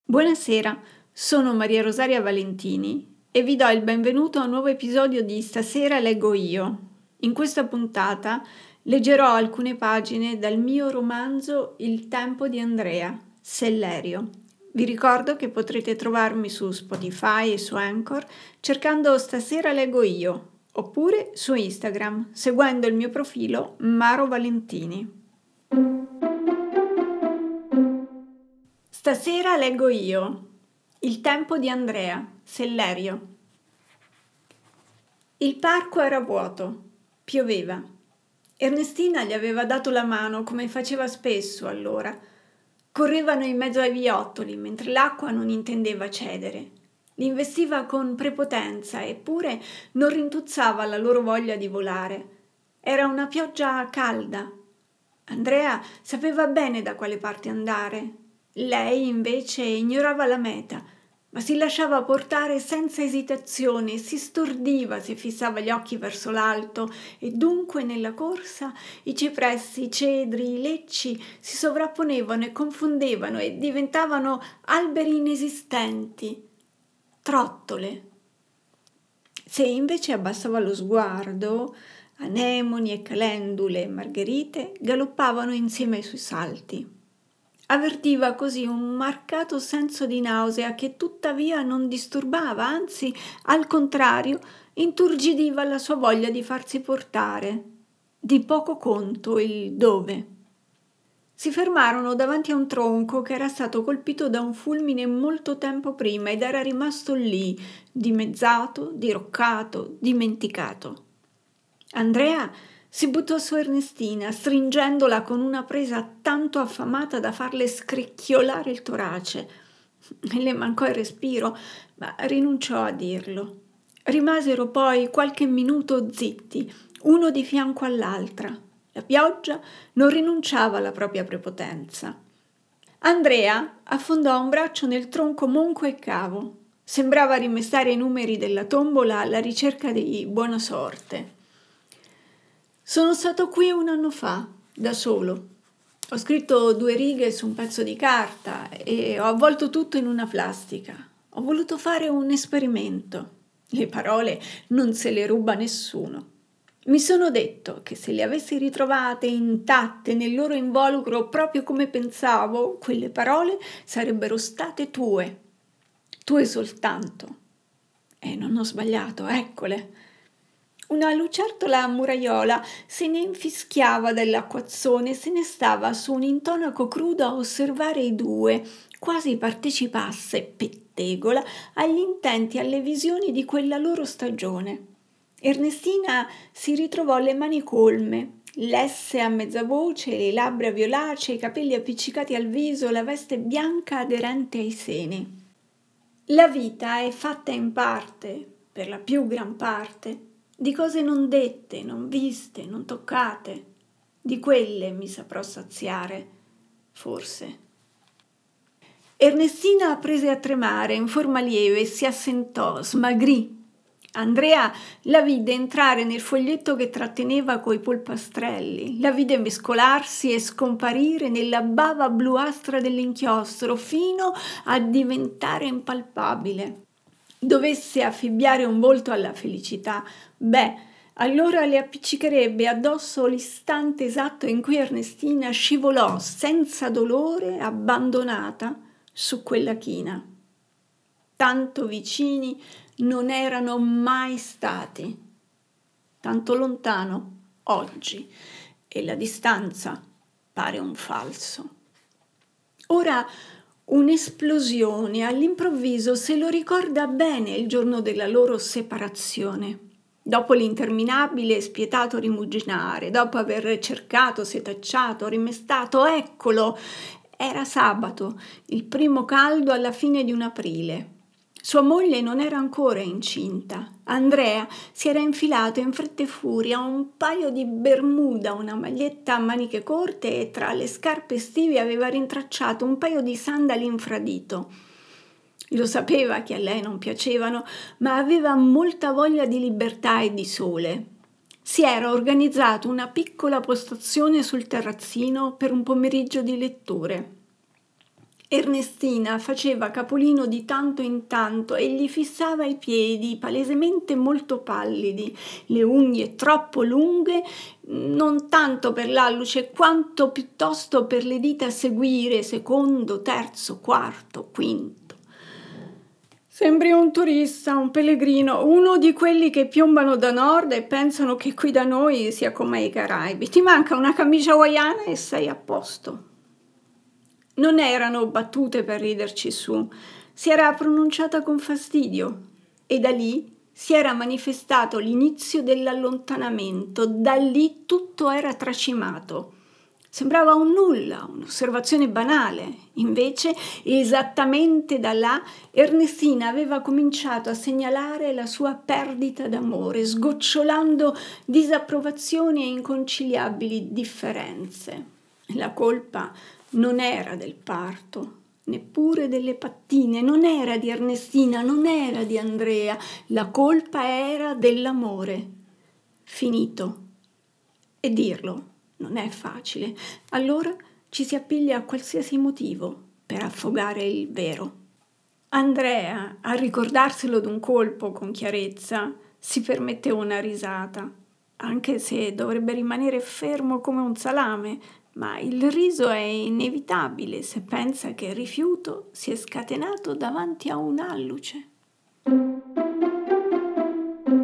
Buonasera, sono Maria Rosaria Valentini e vi do il benvenuto a un nuovo episodio di Stasera leggo io. In questa puntata leggerò alcune pagine dal mio romanzo Il tempo di Andrea, Sellerio. Vi ricordo che potrete trovarmi su Spotify e su Anchor cercando Stasera leggo io, oppure su Instagram seguendo il mio profilo Maro Valentini. Stasera leggo io. Il tempo di Andrea, Sellerio. Il parco era vuoto, pioveva. Ernestina gli aveva dato la mano come faceva spesso allora. Correvano in mezzo ai viottoli mentre l'acqua non intendeva cedere. Li investiva con prepotenza eppure non rintuzzava la loro voglia di volare. Era una pioggia calda. Andrea sapeva bene da quale parte andare. Lei invece ignorava la meta, ma si lasciava portare senza esitazione, si stordiva se fissava gli occhi verso l'alto e dunque nella corsa i cipressi, i cedri, i lecci si sovrapponevano e confondevano e diventavano alberi inesistenti, trottole. Se invece abbassava lo sguardo, anemoni e calendule e margherite galoppavano insieme ai suoi salti. Avvertiva così un marcato senso di nausea che tuttavia non disturbava, anzi, al contrario, inturgidiva la sua voglia di farsi portare. Di poco conto il dove. Si fermarono davanti a un tronco che era stato colpito da un fulmine molto tempo prima ed era rimasto lì, dimezzato, diroccato, dimenticato. Andrea si buttò su Ernestina, stringendola con una presa tanto affamata da farle scricchiolare il torace. Le mancò il respiro, ma rinunciò a dirlo. Rimasero poi qualche minuto zitti, uno di fianco all'altra. La pioggia non rinunciava alla propria prepotenza. Andrea affondò un braccio nel tronco monco e cavo. Sembrava rimestare i numeri della tombola alla ricerca di buona sorte. Sono stato qui 1 anno fa, da solo. Ho scritto 2 righe su un pezzo di carta e ho avvolto tutto in una plastica. Ho voluto fare un esperimento. Le parole non se le ruba nessuno. Mi sono detto che se le avessi ritrovate intatte nel loro involucro proprio come pensavo, quelle parole sarebbero state tue. Tue soltanto. E non ho sbagliato, eccole. Una lucertola muraiola se ne infischiava dall'acquazzone e se ne stava su un intonaco crudo a osservare i due, quasi partecipasse, pettegola, agli intenti e alle visioni di quella loro stagione. Ernestina si ritrovò le mani colme, lesse a mezza voce, le labbra violacee, i capelli appiccicati al viso, la veste bianca aderente ai seni. La vita è fatta in parte, per la più gran parte, di cose non dette, non viste, non toccate. Di quelle mi saprò saziare, forse. Ernestina prese a tremare in forma lieve e si assentò, smagrì. Andrea la vide entrare nel foglietto che tratteneva coi polpastrelli, la vide mescolarsi e scomparire nella bava bluastra dell'inchiostro fino a diventare impalpabile. Dovesse affibbiare un volto alla felicità, allora le appiccicherebbe addosso l'istante esatto in cui Ernestina scivolò senza dolore, abbandonata, su quella china. Tanto vicini non erano mai stati, tanto lontano oggi, e la distanza pare un falso. Ora un'esplosione all'improvviso se lo ricorda bene il giorno della loro separazione. Dopo l'interminabile e spietato rimuginare, dopo aver cercato, setacciato, rimestato, eccolo, era sabato, il primo caldo alla fine di un aprile. Sua moglie non era ancora incinta. Andrea si era infilato in fretta e furia un paio di bermuda, una maglietta a maniche corte e tra le scarpe estive aveva rintracciato un paio di sandali infradito. Lo sapeva che a lei non piacevano, ma aveva molta voglia di libertà e di sole. Si era organizzato una piccola postazione sul terrazzino per un pomeriggio di letture. Ernestina faceva capolino di tanto in tanto e gli fissava i piedi, palesemente molto pallidi, le unghie troppo lunghe, non tanto per l'alluce quanto piuttosto per le dita a seguire, secondo, terzo, quarto, quinto. Sembri un turista, un pellegrino, uno di quelli che piombano da nord e pensano che qui da noi sia come ai Caraibi. Ti manca una camicia hawaiana e sei a posto. Non erano battute per riderci su, si era pronunciata con fastidio e da lì si era manifestato l'inizio dell'allontanamento, da lì tutto era tracimato. Sembrava un nulla, un'osservazione banale. Invece, esattamente da là, Ernestina aveva cominciato a segnalare la sua perdita d'amore, sgocciolando disapprovazioni e inconciliabili differenze. La colpa non era del parto, neppure delle pattine, non era di Ernestina, non era di Andrea, la colpa era dell'amore. Finito. E dirlo non è facile. Allora ci si appiglia a qualsiasi motivo per affogare il vero. Andrea, a ricordarselo d'un colpo con chiarezza, si permette una risata, anche se dovrebbe rimanere fermo come un salame, ma il riso è inevitabile se pensa che il rifiuto si è scatenato davanti a un alluce.